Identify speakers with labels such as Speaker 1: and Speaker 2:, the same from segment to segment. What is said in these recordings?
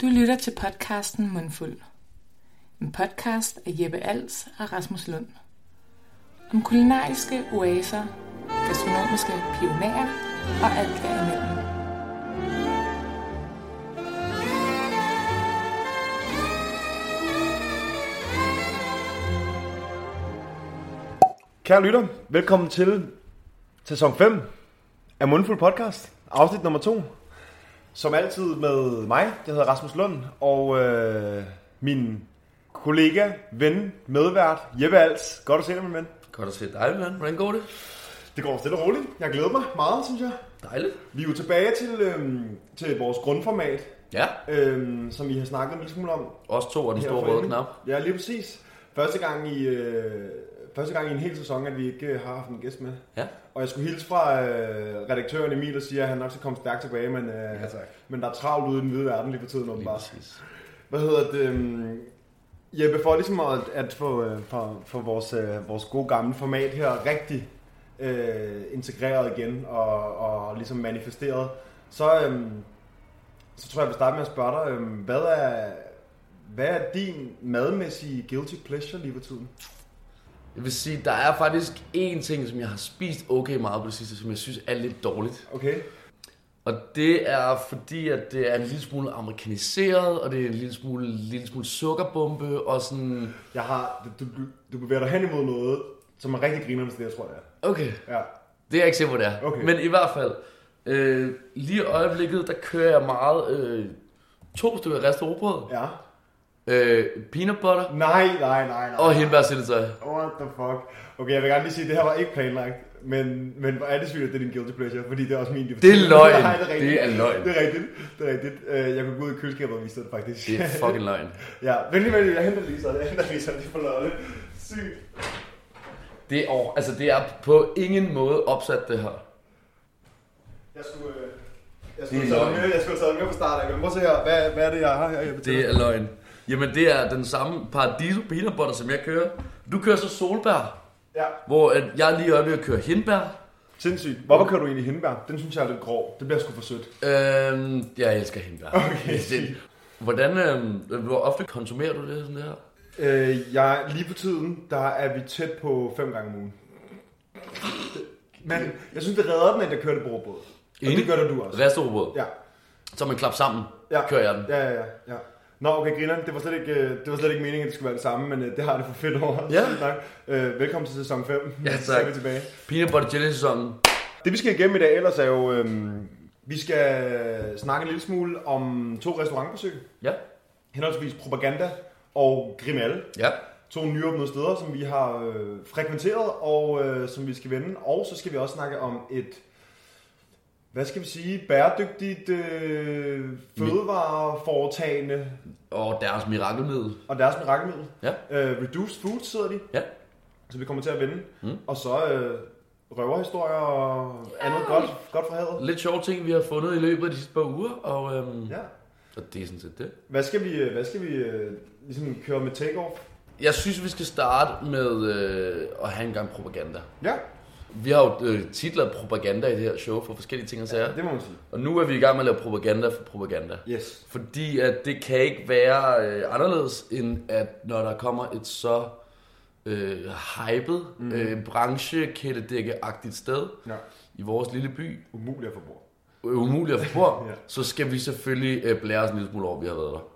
Speaker 1: Du lytter til podcasten Mundfuld. En podcast af Jeppe Als og Rasmus Lund. Om kulinariske oaser, gastronomiske pionerer og alt derimellem.
Speaker 2: Kære lytter, velkommen til sæson 5 af Mundfuld podcast, afsnit nummer 2. Som altid med mig, jeg hedder Rasmus Lund, og min kollega, ven, medvært, Jeppe Als. Godt at se dig, min ven.
Speaker 3: Godt at se dig, ven. Hvordan går det?
Speaker 2: Det går stille og roligt. Jeg glæder mig meget, synes jeg.
Speaker 3: Dejligt.
Speaker 2: Vi er jo tilbage til vores grundformat,
Speaker 3: Ja.
Speaker 2: som vi har snakket en lille smule om.
Speaker 3: Os to og den store røde knap.
Speaker 2: Ja, lige præcis. Første gang i en hel sæson, at vi ikke har haft en gæst med.
Speaker 3: Ja.
Speaker 2: Og jeg skulle hilse fra redaktøren Emil, der siger, at han nok skal komme stærkt tilbage, men der er travlt ude i den hvide verden lige for tiden, åbenbart. Hvad hedder det? Jeppe, for ligesom at få vores gode gamle format her rigtig integreret igen og ligesom manifesteret, så tror jeg, jeg vil starte med at spørge dig, hvad er din madmæssige guilty pleasure lige på tiden?
Speaker 3: Jeg vil sige, der er faktisk én ting, som jeg har spist okay meget på det sidste, som jeg synes er lidt dårligt.
Speaker 2: Okay.
Speaker 3: Og det er fordi, at det er en lille smule amerikaniseret, og det er en lille smule sukkerbombe, og sådan...
Speaker 2: Du bevæger dig hen imod noget, som er rigtig griner, hvis det jeg tror, det er.
Speaker 3: Okay.
Speaker 2: Ja.
Speaker 3: Det er jeg ikke sikker på, det er.
Speaker 2: Okay.
Speaker 3: Men i hvert fald, lige i øjeblikket, der kører jeg meget 2 stykker ristet rugbrød.
Speaker 2: Ja.
Speaker 3: Peanut butter.
Speaker 2: Nej.
Speaker 3: Og hindbærsyltetøj.
Speaker 2: What the fuck? Okay, jeg vil gerne lige sige, at det her var ikke planlagt. Men hvor er det sygt, at det er din guilty pleasure? Fordi det er også min.
Speaker 3: Det er løgn.
Speaker 2: Nej,
Speaker 3: det er løgn.
Speaker 2: Det er rigtigt. Jeg kunne gå ud i køleskabet og vise det faktisk.
Speaker 3: Det er fucking løgn.
Speaker 2: Ja, venlig, jeg henter lige så. Det er for løgn. Sygt.
Speaker 3: Det er på ingen måde opsat, det her.
Speaker 2: Jeg skulle have taget med fra start af. Men prøv at se her. Hvad er det, jeg har her?
Speaker 3: Det er løgn. Jamen, det er den samme Paradiso peanut butter, som jeg kører. Du kører så solbær.
Speaker 2: Ja.
Speaker 3: Hvor at jeg lige øjeblik kører hindbær.
Speaker 2: Sindssygt. Hvorfor kører du egentlig hindbær? Den synes jeg er lidt grov. Det bliver sgu for sødt.
Speaker 3: Jeg elsker hindbær.
Speaker 2: Okay.
Speaker 3: Hvor ofte konsumerer du det sådan her?
Speaker 2: Lige på tiden, der er vi tæt på 5 gange om ugen. Men jeg synes, det redder den, at jeg kører det på råbrød. Og det gør du også.
Speaker 3: Resterugbrød.
Speaker 2: Ja.
Speaker 3: Så man klap sammen, kører jeg den.
Speaker 2: Ja. Nå, okay, griner. Det var slet ikke meningen, at det skulle være det samme, men det har det for fedt over.
Speaker 3: Ja.
Speaker 2: Velkommen til sæson 5.
Speaker 3: Ja, tak.
Speaker 2: Så er vi tilbage.
Speaker 3: Peanut butter jelly-sæsonen.
Speaker 2: Det vi skal igennem i dag ellers er jo, vi skal snakke en lille smule om 2 restaurantbesøg.
Speaker 3: Ja.
Speaker 2: Henholdsvis Propaganda og Grimalle.
Speaker 3: Ja.
Speaker 2: 2 nyåbnede steder, som vi har frekventeret, og som vi skal vende. Og så skal vi også snakke om et, hvad skal vi sige, bæredygtigt fødevareforetagende.
Speaker 3: Og deres mirakelmiddel.
Speaker 2: Ja. Reduced Foods sidder de.
Speaker 3: Ja. Så
Speaker 2: vi kommer til at vende. Og så røverhistorier og andet godt fra havet.
Speaker 3: Lidt sjove ting, vi har fundet i løbet af de sidste par uger. Og,
Speaker 2: ja.
Speaker 3: Og det er sådan set det.
Speaker 2: Hvad skal vi ligesom køre med take-off?
Speaker 3: Jeg synes, vi skal starte med at have en gang propaganda.
Speaker 2: Ja.
Speaker 3: Vi har jo tit lavet propaganda i det her show for forskellige ting og sager.
Speaker 2: Ja, det må man sige.
Speaker 3: Og nu er vi i gang med at lave propaganda for propaganda.
Speaker 2: Yes.
Speaker 3: Fordi at det kan ikke være anderledes, end at når der kommer et så hyped, branchekættedække-agtigt sted i vores lille by.
Speaker 2: Umuligt at få bord.
Speaker 3: Ja. Så skal vi selvfølgelig blære os en lille smule over, vi har været der.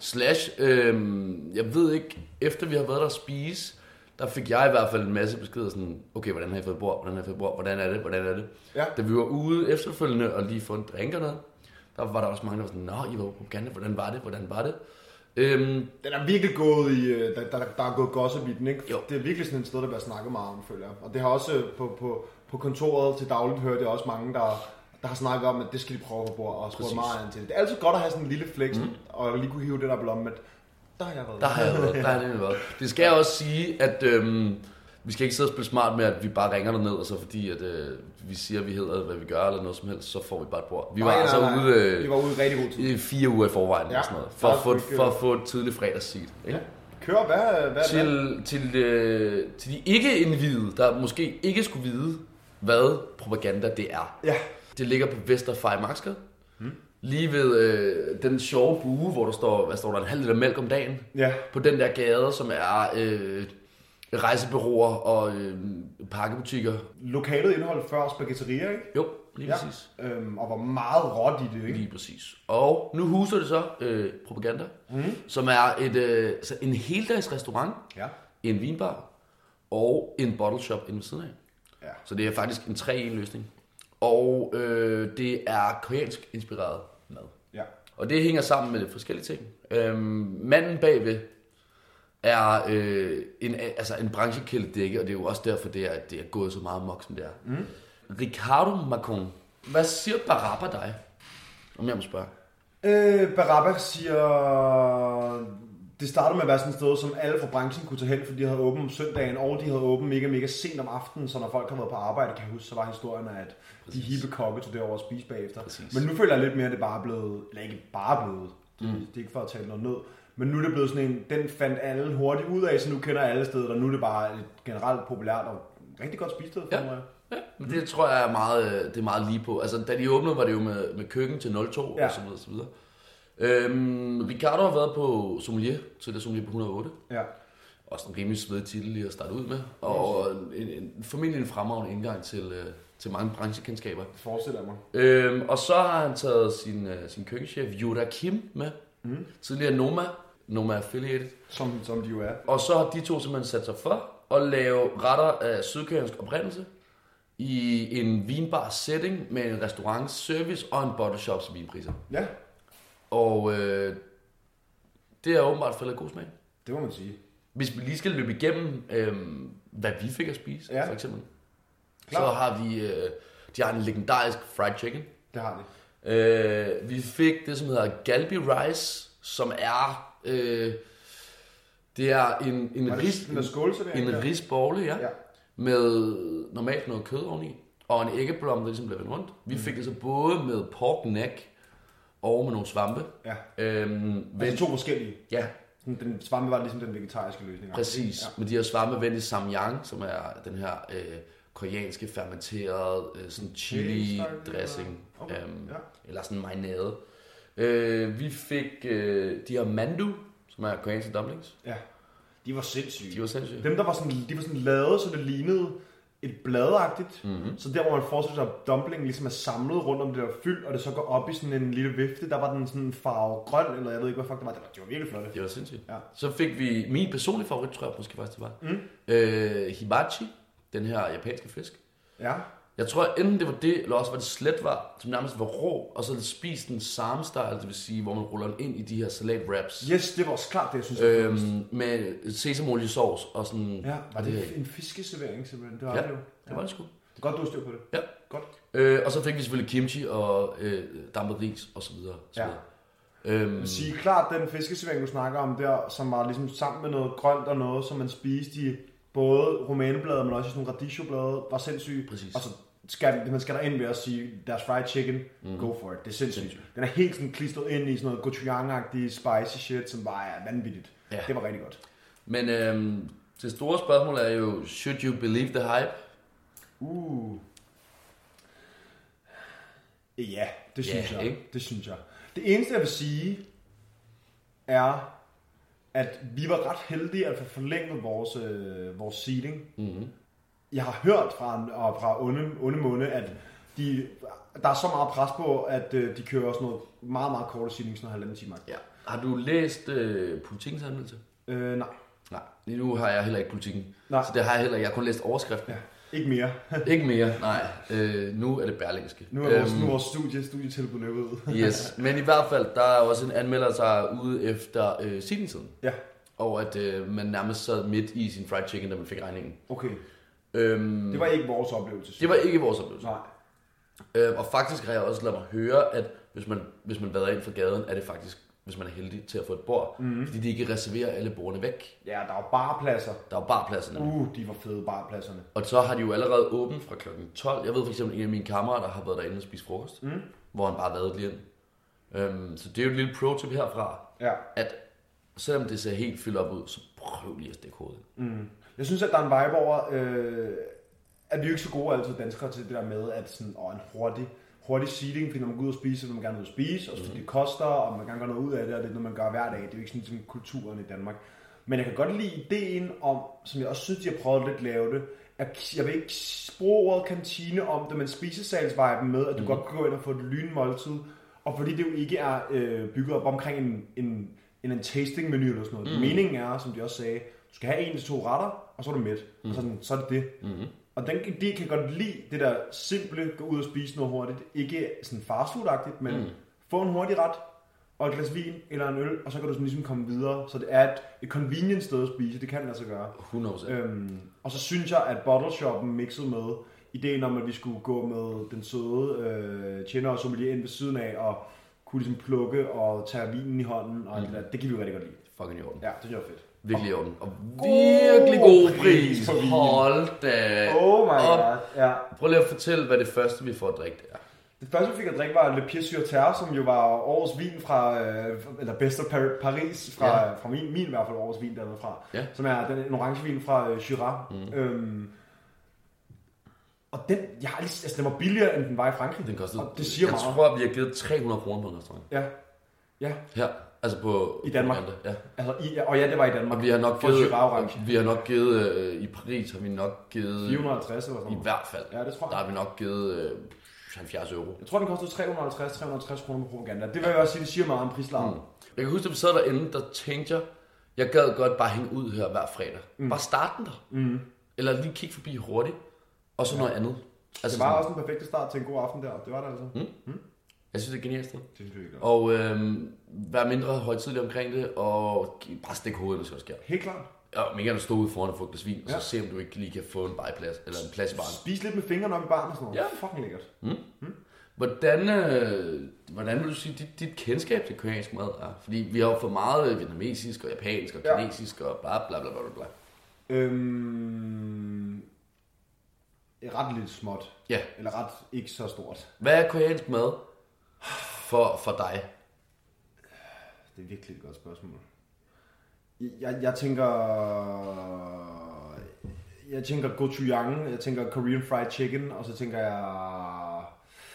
Speaker 3: Jeg ved ikke, efter vi har været der at spise, der fik jeg i hvert fald en masse beskeder sådan, okay, hvordan har I fået bord, hvordan er det?
Speaker 2: Ja.
Speaker 3: Da vi var ude efterfølgende og lige få en drink og noget, der var der også mange, der var sådan, nå, I var på propaganda, hvordan var det?
Speaker 2: Den er virkelig gået i, der er gået gossip i den, ikke?
Speaker 3: Jo.
Speaker 2: Det er virkelig sådan et sted, der bliver snakket meget om, føler jeg. Og det har også på kontoret til dagligt hørt jeg også mange, der har snakket om, at det skal de prøve på bord og spurgt meget an til. Det er altid godt at have sådan en lille flex, og lige kunne hive det der blom, at der har jeg været.
Speaker 3: Det skal jeg også sige, at vi skal ikke sidde og spille smart med, at vi bare ringer derned, og så fordi at vi siger, at vi hedder, hvad vi gør, eller noget som helst, så får vi bare et bord. Vi var
Speaker 2: ude rigtig god tid.
Speaker 3: I 4 uger i forvejen, eller sådan noget, for at få et tidligt fredagsseat.
Speaker 2: Ja. Kør, hvad
Speaker 3: til de ikke-indvidede, der måske ikke skulle vide, hvad propaganda det er.
Speaker 2: Ja.
Speaker 3: Det ligger på Vesterfej Marksgade. lige ved den sjove bue, hvor der står, hvad står der, 1,5 liter mælk om dagen.
Speaker 2: Ja.
Speaker 3: På den der gade, som er rejsebureauer og pakkebutikker.
Speaker 2: Lokalet indeholdt før spaghetteria, ikke?
Speaker 3: Jo, lige præcis.
Speaker 2: Og var meget råt i det, ikke?
Speaker 3: Lige præcis. Og nu huser det så Propaganda, som er en heldags restaurant, en vinbar og en bottle shop inde ved siden af. Ja. Så det er faktisk en 3-1-løsning. Og det er koreansk inspireret mad. Ja. Og det hænger sammen med lidt forskellige ting. Manden bagved er en branchekældedække, og det er jo også derfor, det er gået så meget mok, som det er. Ricardo Macon. Hvad siger Barabba dig, om jeg må spørge?
Speaker 2: Barabba siger... Det startede med at være sådan et sted, som alle fra branchen kunne tage hen, fordi de havde åbent om søndagen, og de havde åbent mega sent om aftenen, så når folk har været på arbejde, kan jeg huske, så var historien, at de hippe kokke tog derover og spise bagefter. Præcis. Men nu føler jeg lidt mere, at det bare er blevet, eller ikke bare blevet, det er ikke for at tale noget ned, men nu er det blevet sådan en, den fandt alle hurtigt ud af, så nu kender alle steder, og nu er det bare et generelt populært og rigtig godt spisested for mig.
Speaker 3: Ja, men det tror jeg er meget lige på. Altså, da de åbnede, var det jo med køkken til 02 og så videre. Ricardo har været på sommelier, til det sommelier på 108. Ja. Også en rimelig svedig titel lige at starte ud med. Og formentlig en fremragende indgang til mange branchekendskaber.
Speaker 2: Det forestiller jeg mig.
Speaker 3: Og så har han taget sin køkkenchef, Yoda Kim, med. Tidligere Noma Affiliated.
Speaker 2: Som de jo er.
Speaker 3: Og så har de to simpelthen sat sig for at lave retter af sydkoreansk oprindelse i en vinbar setting med en restaurant, service og en bottle shops vinpriser. Ja. Og det er åbenbart faldet god smag.
Speaker 2: Det må man sige.
Speaker 3: Hvis vi lige skal løbe igennem, hvad vi fik at spise, for eksempel. Klar. Så har vi, de har en legendarisk fried chicken.
Speaker 2: Det har de.
Speaker 3: Vi fik det, som hedder Galbi Rice, som er, det er en risbolle, ja, med normalt noget kød oveni, og en æggeblom, der ligesom bliver vendt rundt. Vi fik det så både med pork neck, og med nogle svampe. Ja.
Speaker 2: Altså 2 forskellige.
Speaker 3: Ja.
Speaker 2: Den svampe var ligesom den vegetariske løsning.
Speaker 3: Præcis. Med de her svampe vendt i samyang, som er den her koreanske fermenterede sådan chili dressing. Okay. Eller sådan marinade. Vi fik de her mandu, som er koreanske dumplings.
Speaker 2: Ja. De var sindssyge. Dem der var sådan, de var sådan lavet, så det lignede et bladagtigt, så der hvor man forestiller sig, at dumplingen ligesom er samlet rundt om det der fyld, og det så går op i sådan en lille vifte, der var den sådan en farve grøn, eller jeg ved ikke, hvad fuck det var. Det var virkelig flot.
Speaker 3: Det var sindssygt. Ja. Så fik vi min personlige favorit, tror jeg måske faktisk det var. Hibachi, den her japanske fisk. Ja. Jeg tror enten det var det, eller også var det sletvar, som nærmest var rå, og så spist den samme style, det vil sige, hvor man ruller den ind i de her salat wraps.
Speaker 2: Yes, det var også klart det, jeg synes.
Speaker 3: Med sesamoliesauce og sådan.
Speaker 2: Ja, var det en fiskeservering simpelthen? Det var det jo.
Speaker 3: Det var det sgu.
Speaker 2: Det er godt, du har styr på det.
Speaker 3: Ja. Godt. Og så fik vi selvfølgelig kimchi og dampet ris og så videre.
Speaker 2: Ja. Sige klart, den fiskeservering, du snakker om der, som var ligesom sammen med noget grønt og noget, som man spiste i både romaneblade, men også sådan nogle radicchio-blade, var sindssygt.
Speaker 3: Præcis.
Speaker 2: Og så man skal der ind ved at sige, deres fried chicken, go for it. Det er sindssygt. Den er helt sådan klistret ind i sådan noget gochujang-agtig spicy shit, som bare er vanvittigt. Ja. Det var rigtig godt.
Speaker 3: Men det store spørgsmål er jo, should you believe the hype?
Speaker 2: Ja, det synes jeg. Ikke? Det synes jeg. Det eneste, jeg vil sige, er, at vi var ret heldige at få forlænget vores seating. Jeg har hørt fra onde munde, at der er så meget pres på, at de kører sådan noget meget, meget korte seating, sådan 1,5 time. Ja.
Speaker 3: Har du læst Politikens anmeldelse?
Speaker 2: Nej.
Speaker 3: Lige nu har jeg heller ikke Politikken. Nej. Så det har jeg heller ikke. Jeg har kun læst overskriften.
Speaker 2: Ja. Ikke mere.
Speaker 3: Ikke mere, nej. Nu er det Berlingske.
Speaker 2: Nu er vores studietilbud løbet ud.
Speaker 3: Yes, men i hvert fald, der er også en anmelder, der er ude efter seating-tiden. Ja. Og at man nærmest sad midt i sin fried chicken, da man fik regningen.
Speaker 2: Okay. Det var ikke vores oplevelse.
Speaker 3: Det var ikke vores oplevelse. Nej. Og faktisk har jeg også ladet mig høre, at hvis man vader ind fra gaden, er det faktisk, hvis man er heldig til at få et bord. Fordi de ikke reserverer alle bordene væk.
Speaker 2: Ja, der er barpladser.
Speaker 3: Der er barpladserne.
Speaker 2: De var fede barpladserne.
Speaker 3: Og så har de jo allerede åbent fra klokken 12. Jeg ved for eksempel, en af mine kammerater har været derinde og spist frokost. Hvor han bare vadede lige ind. Så det er jo et lille pro-tip herfra. Ja. At selvom det ser helt fyldt op ud, så prøv lige at stikke hovedet.
Speaker 2: Jeg synes, at der er en vibe over, at vi er jo ikke så gode altid danskere til det der med, at sådan, en hurtig hurtig seeding, fordi når man går ud og spiser, vil man gerne ud og spise, og fordi det koster, og man gerne gør noget ud af det, og det er noget, man gør hver dag. Det er jo ikke sådan ligesom kulturen i Danmark. Men jeg kan godt lide ideen om, som jeg også synes, de har prøvet lidt at lave det, at jeg vil ikke bruge ordet kantine om det, men spisesalsviben med, at du godt kan gå ind og få et lynmåltid, og fordi det jo ikke er bygget op omkring en tasting-menu eller sådan noget. Meningen er, som de også sagde, du skal have 1-2 retter, og så er du mæt. Og så er det det. Og den idé kan godt lide det der simple, gå ud og spise noget hurtigt. Ikke sådan fastfood-agtigt, men få en hurtig ret, og et glas vin eller en øl, og så kan du sådan ligesom komme videre. Så det er et convenient sted at spise, det kan man altså gøre.
Speaker 3: 100%.
Speaker 2: Og så synes jeg, at Bottle Shoppen mixede med ideen om, at vi skulle gå med den søde tjener og sommelier ind ved siden af, og kunne ligesom plukke og tage vinen i hånden, og alt det der. Det kan vi jo rigtig godt lide.
Speaker 3: Fucking i orden.
Speaker 2: Ja, det synes jeg er fedt.
Speaker 3: Virkelig i orden. Og virkelig god pris. Hold da.
Speaker 2: Oh my god. Ja.
Speaker 3: Prøv lige at fortælle, hvad det første, vi får at drikke, det er.
Speaker 2: Det første, vi fik at drikke, var Le Pied sur Terre, som jo var årets vin fra, eller bedst af Paris, fra min i hvert fald årets vin dernede fra. Ja. Som er en orange vin fra Jura. Og den, den var billigere, end den var i Frankrig.
Speaker 3: Den kostede,
Speaker 2: det siger
Speaker 3: jeg
Speaker 2: meget.
Speaker 3: tror, vi har givet 300 kroner på en restaurant.
Speaker 2: Ja.
Speaker 3: Her, altså på...
Speaker 2: I Danmark.
Speaker 3: Ja.
Speaker 2: Altså, og ja, det var i Danmark.
Speaker 3: Og vi har nok givet, i Paris har vi nok givet...
Speaker 2: 450 eller sådan
Speaker 3: noget. I hvert fald.
Speaker 2: Ja, det tror jeg.
Speaker 3: Der har vi nok givet 70 euro.
Speaker 2: Jeg tror, den kostede 350-360 kroner på propaganda. Det vil jeg også sige, det siger meget om prislagen.
Speaker 3: Jeg kan huske, at vi sad derinde, der tænkte jeg gad godt bare hænge ud her hver fredag. Bare starte den der. Eller lige kigge forbi hurtigt. Og så noget andet.
Speaker 2: Altså, det var også en perfekt start til en god aften der. Det var det altså.
Speaker 3: Jeg synes, det er genialt sted.
Speaker 2: Det synes jeg ikke.
Speaker 3: Og være mindre højtidlig omkring det, og bare stikke hovedet, hvis det sker.
Speaker 2: Helt klart.
Speaker 3: Ja, men gerne stå ude foran og få et glas vin, og så se, om du ikke lige kan få en bajeplads, eller en plads i baren.
Speaker 2: Spis lidt med fingrene op i baren og sådan noget. Ja. Fucking lækkert.
Speaker 3: Hvordan vil du sige, dit kendskab til koreansk mad er? Fordi vi har jo for meget vietnamesisk og japansk og kinesisk og bla bla bla bla bla.
Speaker 2: Ret lidt småt.
Speaker 3: Ja.
Speaker 2: Eller ret ikke så stort.
Speaker 3: Hvad er koreansk mad for dig?
Speaker 2: Det er virkelig et godt spørgsmål. Jeg tænker gochujang, jeg tænker Korean fried chicken, og så tænker jeg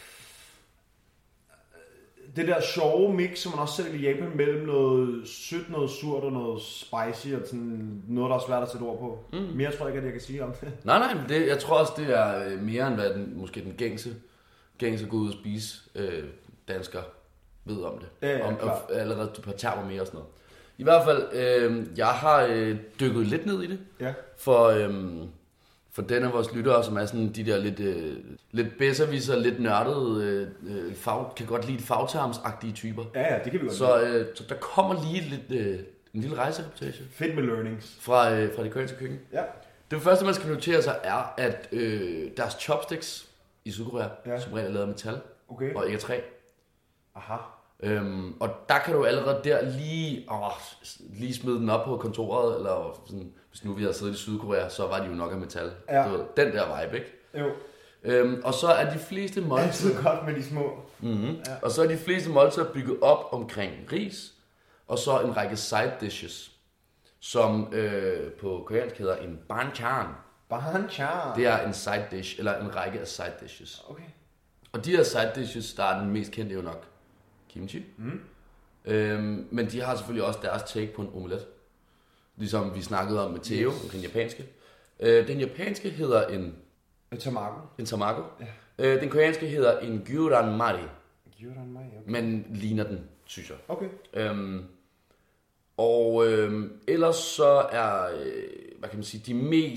Speaker 2: det der sjove mix, som man også ser i Japan, mellem noget sødt, noget surt og noget spicy, og sådan noget, der er svært at sætte ord på. Mere tror jeg ikke, at jeg kan sige om det.
Speaker 3: Nej, jeg tror også, det er mere end hvad den gængse gå ud og spise dansker ved om det. Allerede på termometer og sådan noget. I hvert fald, jeg har dykket lidt ned i det. Ja. For den af vores lyttere, som er sådan de der lidt bedserviser, lidt nørdede, kan godt lide fagtermsagtige typer.
Speaker 2: Ja, det kan vi godt
Speaker 3: lide. Så der kommer lige lidt en lille rejsereportage.
Speaker 2: Fedt med learnings.
Speaker 3: Fra det koreanske køkken. Ja. Det første, man skal notere sig, er, at deres chopsticks i Sydkorea, som regel er lavet af metal, og ikke af træ.
Speaker 2: Aha.
Speaker 3: Og der kan du allerede der lige smide den op på kontoret, eller sådan, hvis nu vi havde siddet i Sydkorea, så var de jo nok af metal. Ja. Den der vibe, ikke? Jo. Og så er de fleste måltider...
Speaker 2: Altid godt med de små.
Speaker 3: Ja. Og så er de fleste måltider bygget op omkring ris, og så en række side dishes, som på koreansk hedder en banchan.
Speaker 2: Banchan?
Speaker 3: Det er en side dish, eller en række af side dishes.
Speaker 2: Okay.
Speaker 3: Og de her side dishes, der er den mest kendte jo nok kimchi. Men de har selvfølgelig også deres take på en omelet. Ligesom vi snakkede om med Theo, den japanske. Den japanske hedder en tamago. Ja. Den koreanske hedder en gyuranmari. Okay. Men ligner den, synes jeg.
Speaker 2: Okay.
Speaker 3: Ellers så er, hvad kan man sige,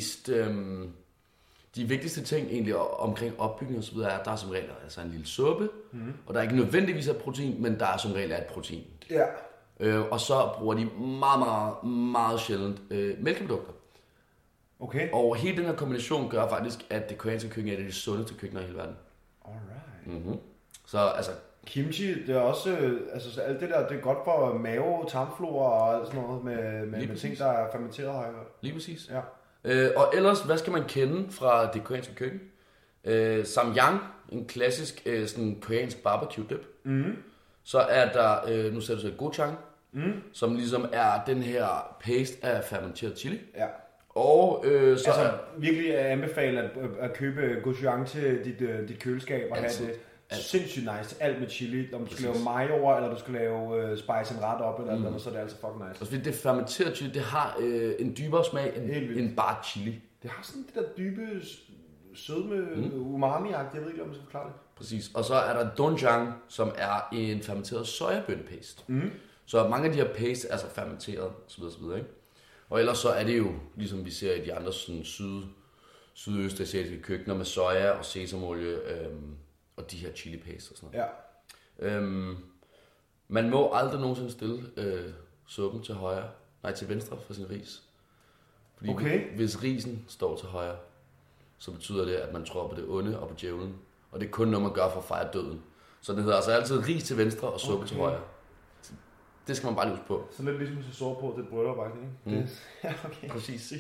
Speaker 3: de vigtigste ting egentlig omkring opbygning og så videre er, der er som regel altså en lille suppe, og der er ikke nødvendigvis et protein, men der er som regel et protein.
Speaker 2: Ja.
Speaker 3: Og så bruger de meget, meget, meget sjældent mælkeprodukter.
Speaker 2: Okay.
Speaker 3: Og hele den her kombination gør faktisk, at det koreanske køkken er et af de sundeste køkkener i hele verden.
Speaker 2: Alright.
Speaker 3: Så altså...
Speaker 2: Kimchi, det er også, altså alt det der, det er godt for mave, tarmflora og alt sådan noget med ting, der er fermenteret højere.
Speaker 3: Lige præcis. Ja. Og ellers, hvad skal man kende fra det koreanske køkken? Samyang, en klassisk sådan koreansk barbecue dip. Så er der, nu ser du så gochujang, som ligesom er den her paste af fermenteret chili. Ja. Og så
Speaker 2: altså virkelig anbefale at købe gochujang til dit køleskab og have det. sindssygt nice. Alt med chili. Om du skal lave mayo, eller du skal lave spice en ret op, eller så er det altså fucking nice.
Speaker 3: Og fordi det fermenterede chili, det har en dybere smag end bare chili.
Speaker 2: Det har sådan det der dybe sødme umami-agtigt. Jeg ved ikke, om jeg skal forklare det.
Speaker 3: Præcis. Og så er der doenjang, som er en fermenteret sojabønnepaste. Så mange af de her paste er så fermenteret, osv. Ikke? Og ellers så er det jo, ligesom vi ser i de andre sådan sydøstasiatiske køkkener med soja og sesamolie og de her chili paste og sådan noget. Ja. Man må aldrig nogensinde stille suppen til venstre for sin ris. Fordi hvis risen står til højre, så betyder det, at man tror på det onde og på djævlen. Og det er kun noget, man gør for at fejre døden. Så det hedder altså altid ris til venstre og suppe til højre. Det skal man bare lige huske på.
Speaker 2: Så lidt ligesom at sove på det brødre bare, ikke?
Speaker 3: Ja, okay. Præcis.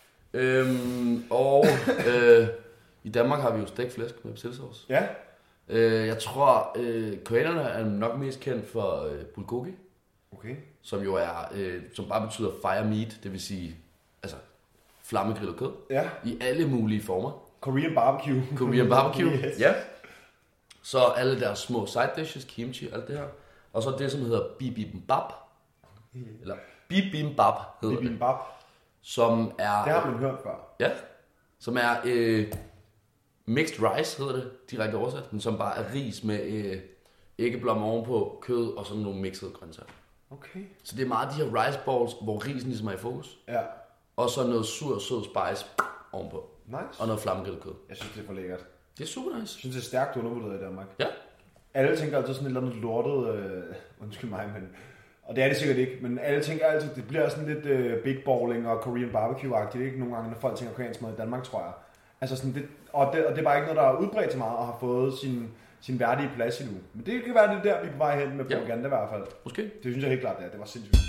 Speaker 3: I Danmark har vi jo stegt flæsk med persillesauce.
Speaker 2: Ja.
Speaker 3: Jeg tror, koreanerne er nok mest kendt for bulgogi.
Speaker 2: Okay.
Speaker 3: Som jo er, som bare betyder fire meat, det vil sige, altså flammegrillet kød. Ja. I alle mulige former.
Speaker 2: Korean barbecue.
Speaker 3: Yes. Ja. Så alle deres små side dishes, kimchi, alt det her. Og så det, som hedder bibimbap. Eller bibimbap hedder
Speaker 2: bibimbap.
Speaker 3: Som er...
Speaker 2: Det har man hørt før.
Speaker 3: Ja. Som er mixed rice, hedder det, direkte oversat. Men som bare er ris med æggeblommer ovenpå, kød og sådan nogle mixede grøntsager.
Speaker 2: Okay.
Speaker 3: Så det er meget de her rice balls, hvor risen ligesom er i fokus. Ja. Og så noget sur, sød spice ovenpå.
Speaker 2: Nice.
Speaker 3: Og noget flammegrillet kød.
Speaker 2: Jeg synes, det er for lækkert.
Speaker 3: Det er super nice.
Speaker 2: Jeg synes, det er stærkt undervurderet i Danmark.
Speaker 3: Ja.
Speaker 2: Alle tænker altid sådan et eller andet lortet, undskyld mig, men, og det er det sikkert ikke, men alle tænker altid, det bliver sådan lidt big balling og Korean barbecue-agtigt, ikke? Nogle gange, når folk tænker koreansk mad i Danmark, tror jeg. Altså sådan det, og det er bare ikke noget, der er udbredt så meget og har fået sin værdige plads endnu. Men det kan være det der, vi er på vej hen med propaganda i hvert fald.
Speaker 3: Måske.
Speaker 2: Det synes jeg helt klart, det var sindssygt.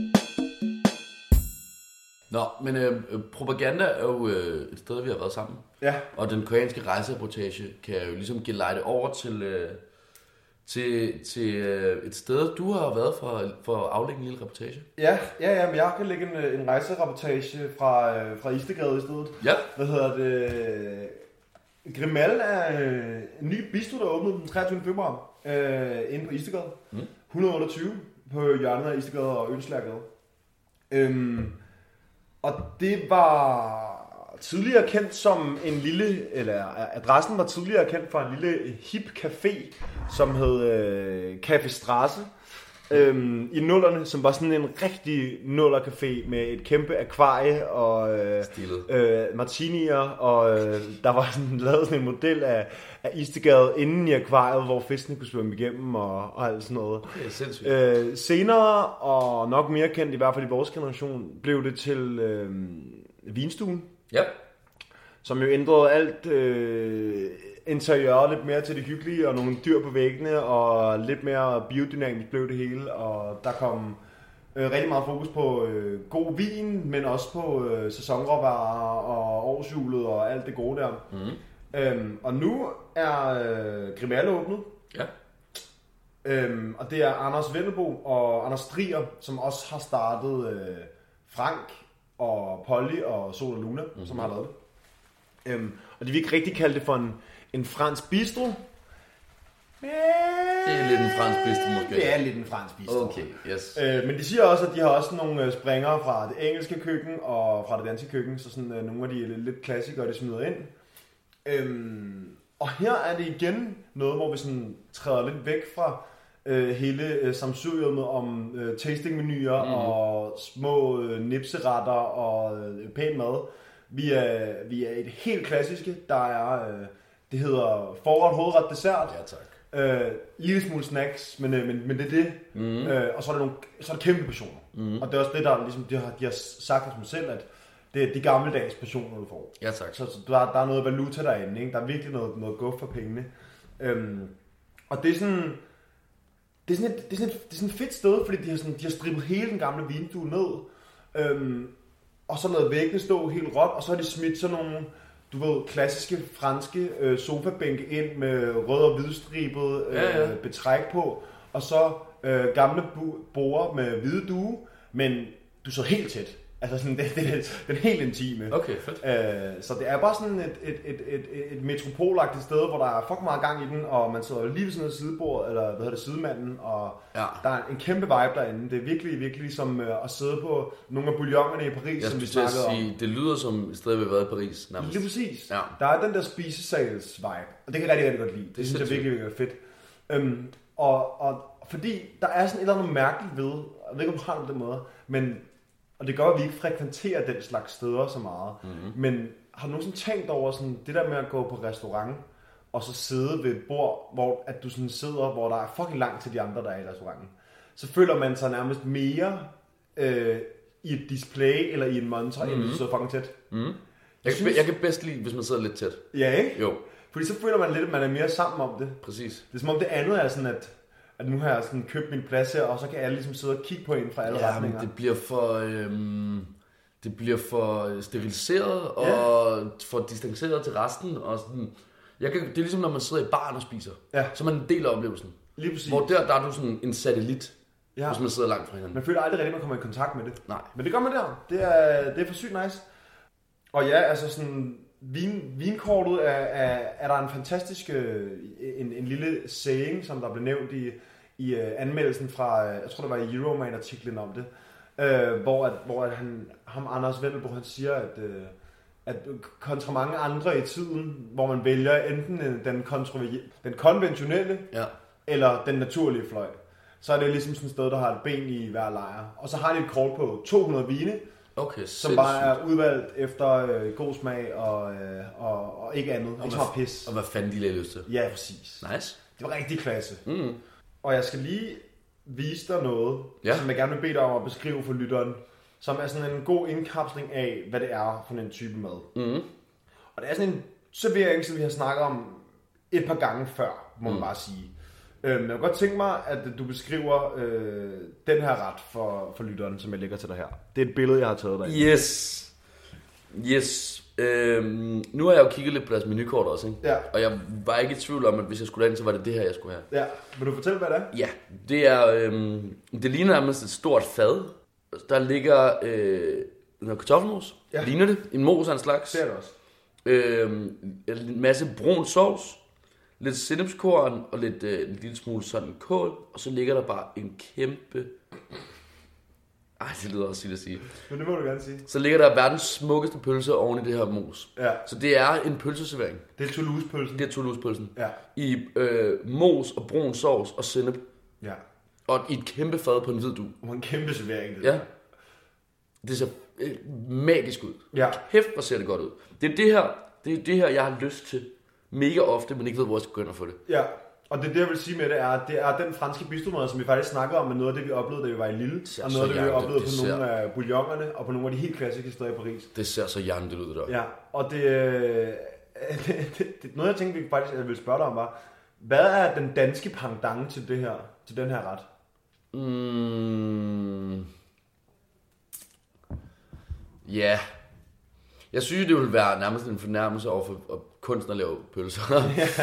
Speaker 3: Nå, men propaganda er jo et sted, vi har været sammen. Ja. Og den koreanske rejsereportage kan jo ligesom gelejde over til et sted, du har været for at aflægge en lille reportage.
Speaker 2: Ja, men jeg kan lægge en rejsereportage fra Istedgade i stedet. Ja. Hvad hedder det? Grimal er en ny bistro, der åbnede den 23. februar inde på Istedgade. 128 på hjørnet af Istedgade og Ønslærgade. Og det var tidligere kendt som en lille, eller adressen var tidligere kendt for en lille hip café, som hed Café Strasse i nullerne, som var sådan en rigtig nullercafé med et kæmpe akvarie og martinier, og der var lavet sådan en model af Istedgade inden i akvariet, hvor fiskene kunne svømme igennem og alt sådan noget.
Speaker 3: Okay, sindssygt.
Speaker 2: Senere, og nok mere kendt, i hvert fald i vores generation, blev det til Vinstuen. Ja. Som jo ændrede alt interiør lidt mere til det hyggelige, og nogle dyr på væggene, og lidt mere biodynamisk blev det hele, og der kom rigtig meget fokus på god vin, men også på sæsonråvarer og årshjulet og alt det gode der. Og nu er Grimal åbnet. Ja. Og det er Anders Vendelbo og Anders Strier, som også har startet Frank og Polly og Sol og Luna, som har lavet det. Og de vil ikke rigtig kalde det for en fransk bistro.
Speaker 3: Det er lidt en fransk bistro måske.
Speaker 2: Det er lidt en fransk bistro.
Speaker 3: Okay, yes.
Speaker 2: Men de siger også, at de har også nogle springere fra det engelske køkken og fra det danske køkken, så sådan nogle af de lidt klassikere, de smider ind. Og her er det igen noget, hvor vi sådan træder lidt væk fra hele samsuriet om tastingmenuer og små nipseretter og pæn mad. Vi er et helt klassiske, der er, det hedder forret, hovedret, dessert.
Speaker 3: Ja, tak.
Speaker 2: Lille smule snacks, men det er det. Og så er der kæmpe portioner. Og det er også det, der ligesom, de har sagt af mig selv, at det er de gammeldags portioner, du får.
Speaker 3: Ja, tak.
Speaker 2: Så der er noget valuta derinde, ikke? Der er virkelig noget guf for pengene. Og det er sådan... Det er sådan et fedt sted, fordi de har strippet hele den gamle vindue ned. Og så lavet væggene stå helt råt, og så har de smidt sådan nogle, du ved, klassiske franske sofabænke ind med rød og hvidstribet betræk på. Og så gamle borde med hvide due, men du så helt tæt. Altså sådan, det er den helt intime.
Speaker 3: Okay, fedt.
Speaker 2: Så det er bare sådan et metropolagtigt sted, hvor der er fucking meget gang i den, og man sidder lige ved sådan et sidebord, eller hvad hedder det, sidemanden, og der er en kæmpe vibe derinde. Det er virkelig, virkelig ligesom at sidde på nogle af bouillonerne i Paris, som vi snakkede om.
Speaker 3: Det lyder som et sted, vi har været i Paris, nærmest.
Speaker 2: Lige præcis.
Speaker 3: Ja.
Speaker 2: Der er den der spisesals-vibe, og det kan jeg rigtig, rigtig godt lide. Det synes jeg virkelig, virkelig fedt. Og fordi der er sådan et eller andet mærkeligt ved, jeg ved ikke, om du har det på den måde, men, og det gør, at vi ikke frekventerer den slags steder så meget, men har du nogensinde tænkt over sådan, det der med at gå på restaurant, og så sidde ved et bord, hvor at du sådan sidder, hvor der er fucking langt til de andre, der er i restauranten, så føler man sig nærmest mere i et display, eller i en monitor, end du sidder fucking tæt.
Speaker 3: Jeg kan bedst lide, hvis man sidder lidt tæt.
Speaker 2: Ja, ikke?
Speaker 3: Jo.
Speaker 2: Fordi så føler man lidt, at man er mere sammen om det.
Speaker 3: Præcis.
Speaker 2: Det er som om det andet er sådan, at nu har jeg sådan købt min plads her, og så kan alle ligesom sidde og kigge på en fra alle retninger.
Speaker 3: Det bliver for steriliseret og for distanceret til resten. Og sådan. Det er ligesom, når man sidder i baren og spiser. Ja. Så man en del af oplevelsen.
Speaker 2: Lige præcis.
Speaker 3: Hvor der er du sådan en satellit, hvis man sidder langt fra hinanden.
Speaker 2: Man føler aldrig rigtig, at man kommer i kontakt med det.
Speaker 3: Nej.
Speaker 2: Men det gør man der. Det er for sygt nice. Og ja, altså sådan... Vinkortet er der en fantastisk en lille saying, som der blev nævnt i anmeldelsen fra, jeg tror det var i Euroman-artiklen om det, hvor ham Anders Vendelbo, han siger, at kontra mange andre i tiden, hvor man vælger enten den konventionelle eller den naturlige fløj, så er det ligesom sådan et sted, der har et ben i hver lejr. Og så har de et kort på 200 vine, som bare er udvalgt efter god smag og ikke andet. Ikke så meget pis.
Speaker 3: Og hvad fanden de lagde lyst til.
Speaker 2: Ja, præcis.
Speaker 3: Nice.
Speaker 2: Det var rigtig klasse. Og jeg skal lige vise dig noget, som jeg gerne vil bede dig om at beskrive for lytteren, som er sådan en god indkapsling af, hvad det er for en type mad. Og det er sådan en servering, som vi har snakket om et par gange før, må man bare sige. Men jeg kunne godt tænke mig, at du beskriver den her ret for lytteren, som jeg lægger til dig her. Det er et billede, jeg har taget dig.
Speaker 3: Yes. Nu har jeg jo kigget lidt på deres menukort også, ikke?
Speaker 2: Ja.
Speaker 3: Og jeg var ikke i tvivl om, at hvis jeg skulle derind, så var det her, jeg skulle have.
Speaker 2: Ja. Vil du fortælle, hvad det er?
Speaker 3: Ja, det er... det ligner nærmest et stort fad. Der ligger noget kartoffelmos. Ja. Ligner det? En mos af en slags.
Speaker 2: Det er det også.
Speaker 3: En masse brun sovs. Lidt sennepskorn og en lille smule sådan kål. Og så ligger der bare en kæmpe... det lyder også at sige.
Speaker 2: Men det må du gerne sige.
Speaker 3: Så ligger der verdens smukkeste pølse oven i det her mos.
Speaker 2: Ja.
Speaker 3: Så det er en pølseservering.
Speaker 2: Det er Toulouse-pølsen.
Speaker 3: Det er Toulouse-pølsen.
Speaker 2: Ja.
Speaker 3: I mos og brun sovs og sennep. Ja. Og i et kæmpe fad på en hvid dug.
Speaker 2: Og en kæmpe servering. Det
Speaker 3: ja. Det ser magisk ud.
Speaker 2: Ja.
Speaker 3: Kæft, hvor ser det godt ud. Det er det her, jeg har lyst til. Mega ofte, men ikke ved, hvor jeg skal gå ind og få det.
Speaker 2: Ja, og det jeg vil sige med det er den franske bistromad, som vi faktisk snakkede om, med noget af det, vi oplevede, da vi var i Lille, og noget af det, vi oplevede på nogle af bouillonerne, og på nogle af de helt klassiske steder i Paris.
Speaker 3: Det ser så hjerneligt ud, det der.
Speaker 2: Ja, og det noget, jeg tænkte, vi faktisk ville spørge dig om, var, hvad er den danske pendant til den her ret?
Speaker 3: Ja. Jeg synes, det ville være nærmest en fornærmelse over for kunsten at lave pølser.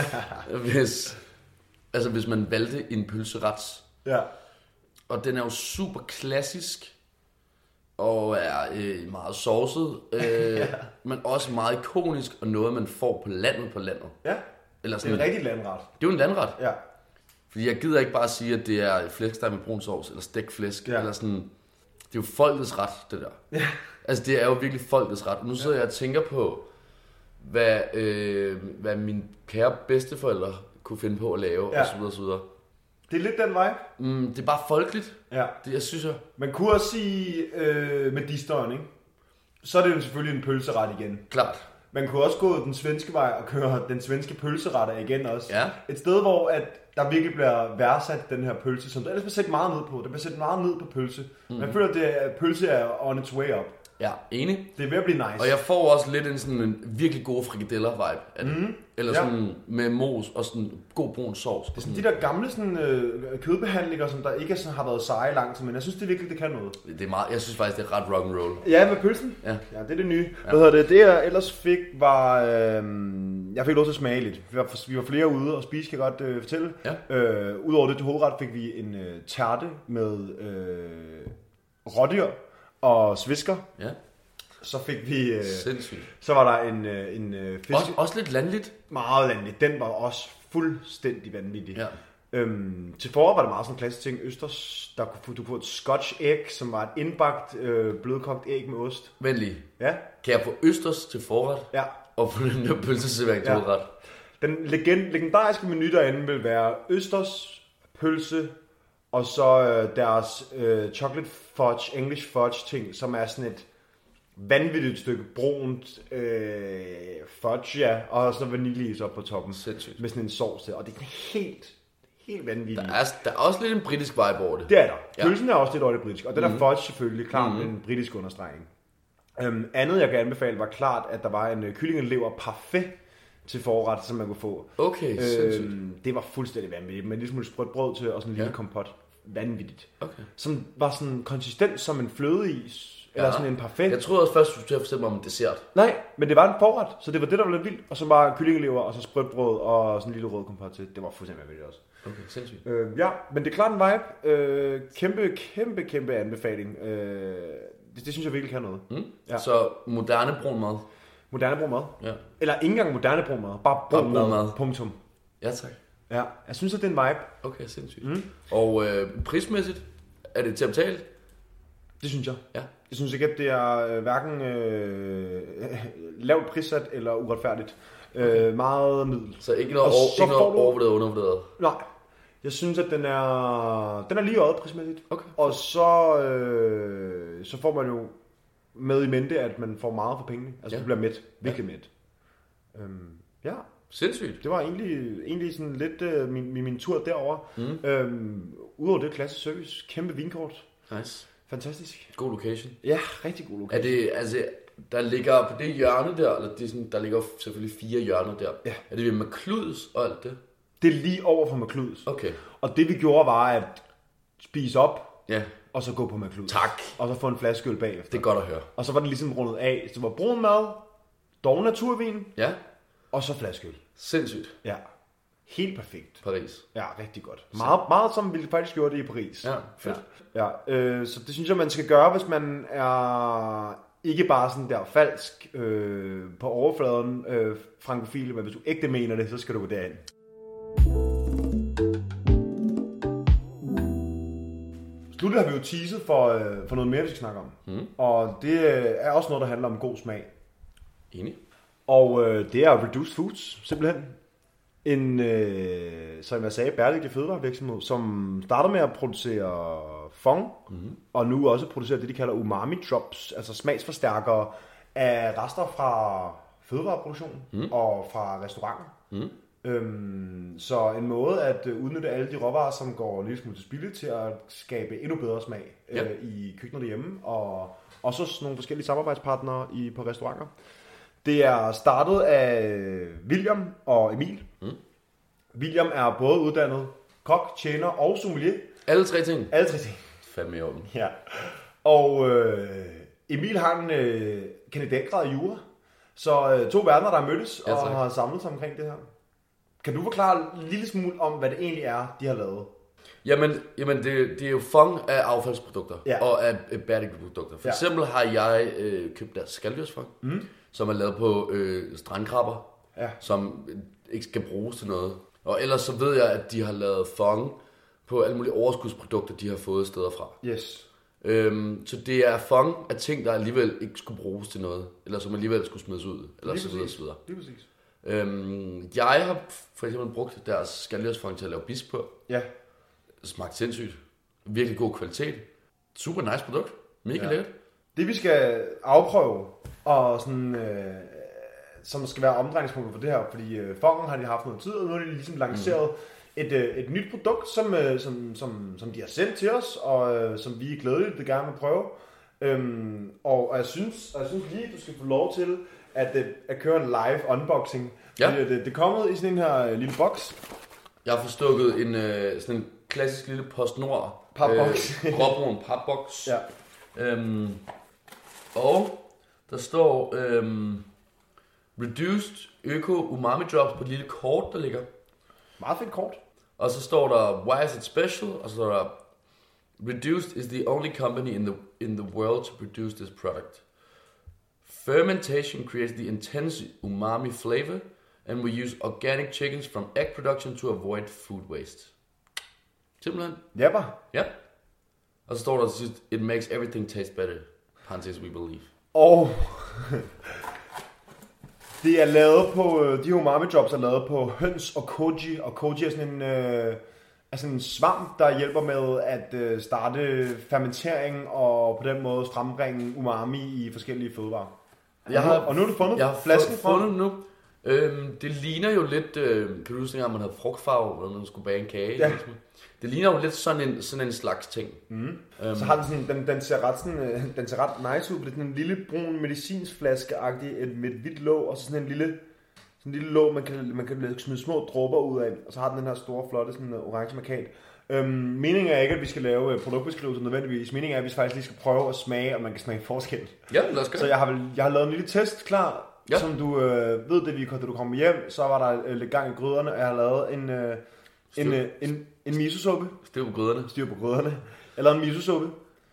Speaker 3: hvis man valgte en pølseret.
Speaker 2: Ja.
Speaker 3: Og den er jo super klassisk. Og er meget sovset. Men også meget ikonisk. Og noget, man får på landet.
Speaker 2: Ja,
Speaker 3: eller sådan
Speaker 2: det er en rigtig landret.
Speaker 3: Det er jo en landret.
Speaker 2: Ja.
Speaker 3: Fordi jeg gider ikke bare sige, at det er flæskesteg med brun sovs. Eller stegt flæsk. Ja. Eller sådan. Det er jo folkets ret, det der. Ja. Altså, det er jo virkelig folkets ret. Nu sidder jeg og tænker på, hvad mine kære bedsteforældre kunne finde på at lave, og så videre.
Speaker 2: Det er lidt den vibe.
Speaker 3: Det er bare folkeligt.
Speaker 2: Ja.
Speaker 3: Det, jeg synes jeg.
Speaker 2: Man kunne også sige med distøjen, ikke? Så er det jo selvfølgelig en pølseret igen.
Speaker 3: Klart.
Speaker 2: Man kunne også gå den svenske vej og køre den svenske pølseretter igen også.
Speaker 3: Ja.
Speaker 2: Et sted, hvor at der virkelig bliver værdsat den her pølse, som der ellers bliver set meget ned på. Der bliver set meget ned på pølse. Man føler, at pølse er on its way up.
Speaker 3: Ja, enig.
Speaker 2: Det er ved at blive nice.
Speaker 3: Og jeg får også lidt en virkelig god frikadeller-vibe. Eller sådan med mos og sådan god brun sovs.
Speaker 2: Det er sådan de der gamle kødbehandlinger, som der ikke sådan har været seje langt, men jeg synes det virkelig, det kan noget.
Speaker 3: Det er meget, jeg synes faktisk, det er ret rock'n'roll.
Speaker 2: Ja, med pølsen? Ja, det er det nye. Ja. Det jeg ellers fik var... jeg fik lov til at smage lidt. Vi var flere ude og spise, kan jeg godt fortælle. Ja. Udover det til hovedret fik vi en tærte med rådyr og svisker.
Speaker 3: Ja.
Speaker 2: Så fik vi...
Speaker 3: Sindssygt.
Speaker 2: Så var der en fisk...
Speaker 3: Også lidt landligt.
Speaker 2: Meget landligt. Den var også fuldstændig vanvittig.
Speaker 3: Ja.
Speaker 2: Til forår var det meget sådan en klassisk ting. Østers, der kunne du få et scotch egg, som var et indbagt, blødkogt æg med ost.
Speaker 3: Venlig.
Speaker 2: Ja.
Speaker 3: Kan jeg få østers til forret?
Speaker 2: Ja.
Speaker 3: Og få den der pølseservering til hovedret?
Speaker 2: Den legendariske menu derinde vil være østers, pølse, og så deres chocolate fudge, English fudge ting, som er sådan et vanvittigt stykke brunt fudge, ja, og så vaniljeis op på toppen.
Speaker 3: Sindssygt.
Speaker 2: Med sådan en sauce, og det er helt vanvittigt.
Speaker 3: Der er også lidt en britisk vibe over det.
Speaker 2: Det er der. Pølsen er også lidt over det britiske, og den er fudge selvfølgelig klart med en britisk understregning. Andet jeg kan anbefale var klart, at der var en kyllingelever parfait til forret, som man kunne få.
Speaker 3: Okay,
Speaker 2: det var fuldstændig vanvittigt, med lidt smule sprødt brød til og sådan en lille kompot. Vanvittigt.
Speaker 3: Okay.
Speaker 2: Som var sådan konsistent som en flødeis, eller sådan en parfait.
Speaker 3: Jeg troede også først, du skulle til at fortælle mig om en dessert.
Speaker 2: Nej, men det var en forret, så det var det, der var lidt vildt. Og så var kyllingelever, og så sprødt brød, og sådan en lille rød kompot til. Det var fuldstændig vanvittigt også.
Speaker 3: Okay, sindssygt.
Speaker 2: Ja, men det er klart en vibe. Kæmpe anbefaling. Det synes jeg virkelig kan noget.
Speaker 3: Ja. Så moderne brun mad.
Speaker 2: Moderne brun mad.
Speaker 3: Ja.
Speaker 2: Eller ikke engang moderne brun mad. Bare brun mad. Punktum.
Speaker 3: Ja, tak.
Speaker 2: Ja, jeg synes, at det er en vibe.
Speaker 3: Okay, sindssygt. Og prismæssigt, er det til at betale?
Speaker 2: Det synes jeg.
Speaker 3: Ja.
Speaker 2: Jeg synes ikke, at det er hverken lavt prissat eller uretfærdigt. Meget middel.
Speaker 3: Så ikke noget overvurderet og undervurderet?
Speaker 2: Nej. Jeg synes, at den er lige øjet prismæssigt.
Speaker 3: Okay.
Speaker 2: Og så får man jo med i mente, at man får meget for pengene. Altså, du bliver mæt. Virkelig mæt. Ja.
Speaker 3: Sindssygt.
Speaker 2: Det var egentlig sådan lidt min tur derover. Udover det, klasse service, kæmpe vinkort.
Speaker 3: Nice.
Speaker 2: Fantastisk.
Speaker 3: God location.
Speaker 2: Ja, rigtig god location.
Speaker 3: Er det, altså, der ligger på det hjørne der, eller det er sådan, der ligger selvfølgelig 4 hjørner der.
Speaker 2: Ja.
Speaker 3: Er det ved McCluds og alt det?
Speaker 2: Det er lige over for McCluds.
Speaker 3: Okay.
Speaker 2: Og det vi gjorde var at spise op,
Speaker 3: ja,
Speaker 2: og så gå på McCluds.
Speaker 3: Tak.
Speaker 2: Og så få en flaske øl bagefter.
Speaker 3: Det er godt at høre.
Speaker 2: Og så var det ligesom rundet af. Så det var brun mad, dog naturvin,
Speaker 3: ja,
Speaker 2: og så flaske øl.
Speaker 3: Sindssygt.
Speaker 2: Ja. Helt perfekt.
Speaker 3: Paris.
Speaker 2: Ja, rigtig godt. Meget som vi faktisk gjorde det i Paris.
Speaker 3: Ja, fedt.
Speaker 2: Ja. Så det synes jeg, man skal gøre, hvis man er ikke bare sådan der falsk på overfladen frankofile, men hvis du ægte mener det, så skal du gå derind. Sluttet har vi jo teaset for noget mere, vi skal snakke om. Og det er også noget, der handler om god smag.
Speaker 3: Enig.
Speaker 2: Og det er Reduced Foods, simpelthen. En, som jeg sagde, bæredygtig fødevarevirksomhed, som starter med at producere fong, og nu også producerer det, de kalder umami drops, altså smagsforstærkere af rester fra fødevareproduktion og fra restauranter. Så en måde at udnytte alle de råvarer, som går lidt smule til spilde, til at skabe endnu bedre smag i køkkenet derhjemme, og også nogle forskellige samarbejdspartnere på restauranter. Det er startet af William og Emil. William er både uddannet kok, tjener og sommelier.
Speaker 3: Alle tre ting?
Speaker 2: Alle tre ting.
Speaker 3: Fandme i orden.
Speaker 2: Ja. Og Emil har en kandidatgrad i jura. Så 2 verdener, der er mødtes og har samlet sig omkring det her. Kan du forklare en lille smule om, hvad det egentlig er, de har lavet?
Speaker 3: Jamen det er jo fong af affaldsprodukter og af bæredygtige produkter. For eksempel har jeg købt deres skaldyrsfong, som er lavet på strandkrabber, som ikke skal bruges til noget. Og ellers så ved jeg, at de har lavet fong på alle mulige overskudsprodukter, de har fået steder fra.
Speaker 2: Yes.
Speaker 3: Så det er fong af ting, der alligevel ikke skulle bruges til noget, eller som alligevel skulle smides ud, eller så videre, så videre.
Speaker 2: Lige præcis.
Speaker 3: Jeg har for eksempel brugt deres skaldyrsfong til at lave bisk på.
Speaker 2: Ja.
Speaker 3: Det smagte sindssygt. Virkelig god kvalitet. Super nice produkt. Mega lækkert.
Speaker 2: Det vi skal afprøve, og sådan, som skal være omdrejningspunktet for det her, fordi fongen har de haft noget tid, og nu har de ligesom lanceret et nyt produkt, som de har sendt til os, og som vi er glædeligt vil gerne vil prøve. Og jeg synes lige, du skal få lov til at køre en live unboxing.
Speaker 3: Ja.
Speaker 2: Det er kommet i sådan en her lille boks.
Speaker 3: Jeg har forstukket sådan en klassisk lille PostNord
Speaker 2: papboks.
Speaker 3: Gråbrun papboks.
Speaker 2: Ja.
Speaker 3: Og der står Reduced Øko Umami Drops på et lille kort, der ligger.
Speaker 2: Meget fedt kort.
Speaker 3: Og så står der Why is it special? Og så står der Reduced is the only company in the world to produce this product. Fermentation creates the intense umami flavor, and we use organic chickens from egg production to avoid food waste. Simpelthen.
Speaker 2: Ja, bare.
Speaker 3: Ja. Og så står der sidst, it makes everything taste better. Parentes, we believe.
Speaker 2: Og det er lavet på, de umami drops er lavet på høns og koji, og koji er sådan en svamp, der hjælper med at starte fermentering og på den måde frembringe umami i forskellige fødevarer. Og nu har du fundet flasken fra?
Speaker 3: Jeg har fundet nu. Det ligner jo lidt, kan du huske, at man havde frugtfarve, når man skulle bage en kage?
Speaker 2: Ja.
Speaker 3: Det ligner jo lidt sådan en slags ting.
Speaker 2: Så har den sådan, den ser ret nice ud, det er sådan en lille brun medicinsflaske-agtig med et hvidt låg, og så sådan en lille låg, man kan smide små dråber ud af, og så har den her store, flotte sådan orange markat. Meningen er ikke, at vi skal lave produktbeskrivelser nødvendigvis. Meningen er, at vi faktisk lige skal prøve at smage, og man kan smage forskel.
Speaker 3: Ja, lad os gøre.
Speaker 2: Så jeg har lavet en lille test klar, som du ved, da du kommer hjem, så var der lidt gang i gryderne, og jeg har lavet en miso-suppe. Styr på gryderne. Jeg lavede en miso-suppe.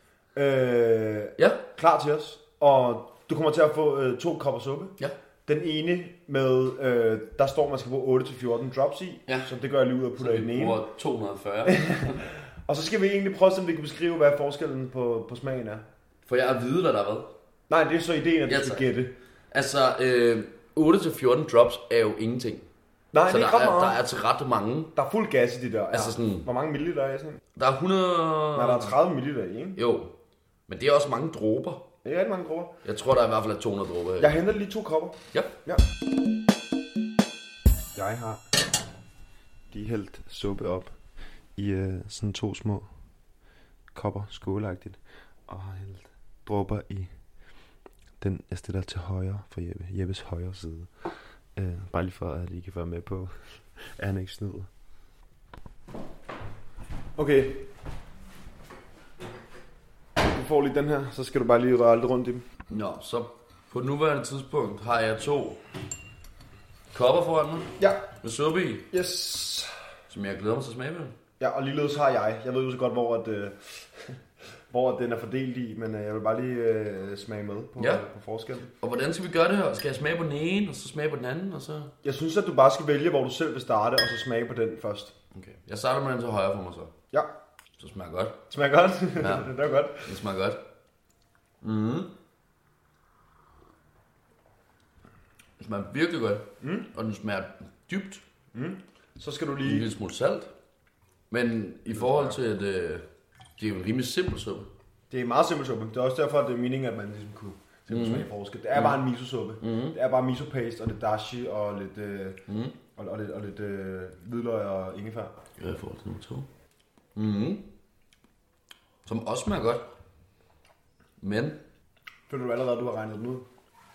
Speaker 2: Klar til os. Og du kommer til at få 2 kopper suppe.
Speaker 3: Ja.
Speaker 2: Den ene med, der står, man skal bruge 8-14 drops i. Ja. Så det gør jeg lige ud og putter i den ene.
Speaker 3: 240.
Speaker 2: Og så skal vi egentlig prøve, om vi kan beskrive, hvad forskellen på smagen er.
Speaker 3: For jeg at vide, hvad der er hvad?
Speaker 2: Nej, det er så ideen, at du skal gætte.
Speaker 3: Altså, 8-14 drops er jo ingenting.
Speaker 2: Nej,
Speaker 3: så
Speaker 2: det er
Speaker 3: der er til ret mange.
Speaker 2: Der er fuld gas i de der.
Speaker 3: Altså sådan,
Speaker 2: hvor mange milliliter er i sådan?
Speaker 3: Der er 100...
Speaker 2: Nej, der er 30 milliliter i, ikke?
Speaker 3: Jo, men det er også mange dråber.
Speaker 2: Det er rigtig mange dråber.
Speaker 3: Jeg tror, der er i hvert fald 200 dråber.
Speaker 2: Jeg henter lige 2 kopper.
Speaker 3: Ja.
Speaker 2: Jeg har lige hældt suppe op i sådan 2 små kopper, skålagtigt, og har hældt dråber i den, jeg stiller til højre for Jeppes højre side. Bare lige for, at I kan være med på, at han ikke snyder. Okay. Du får lige den her, så skal du bare lige røre lidt rundt i dem.
Speaker 3: Nå, så på nuværende tidspunkt har jeg 2 kopper foran mig.
Speaker 2: Ja.
Speaker 3: Med suppe i.
Speaker 2: Yes.
Speaker 3: Som jeg glæder mig til at smage med.
Speaker 2: Ja, og ligeledes har jeg. Jeg ved jo så godt, hvor den er fordelt i, men jeg vil bare lige smage med på forskellen.
Speaker 3: Og hvordan skal vi gøre det her? Skal jeg smage på den ene, og så smage på den anden, og så...
Speaker 2: Jeg synes, at du bare skal vælge, hvor du selv vil starte, og så smage på den først.
Speaker 3: Okay. Jeg starter med den til højre for mig så.
Speaker 2: Ja.
Speaker 3: Så smager godt.
Speaker 2: Smager godt?
Speaker 3: Ja.
Speaker 2: Det er godt.
Speaker 3: Det smager godt. Det smager virkelig godt. Og den smager dybt.
Speaker 2: Så skal du lige...
Speaker 3: En lille smule salt. Men i forhold til, at det er jo en rimelig simpel suppe.
Speaker 2: Det er en meget simpel suppe. Det er også derfor, at det er meningen, at man ligesom kunne smage forskel. Det er bare en miso-suppe. Det er bare miso-paste og lidt dashi og lidt hvidløg og ingefær.
Speaker 3: Ja, i forhold til nummer 2. Som også smager godt. Men...
Speaker 2: Føler du allerede, at du har regnet den ud?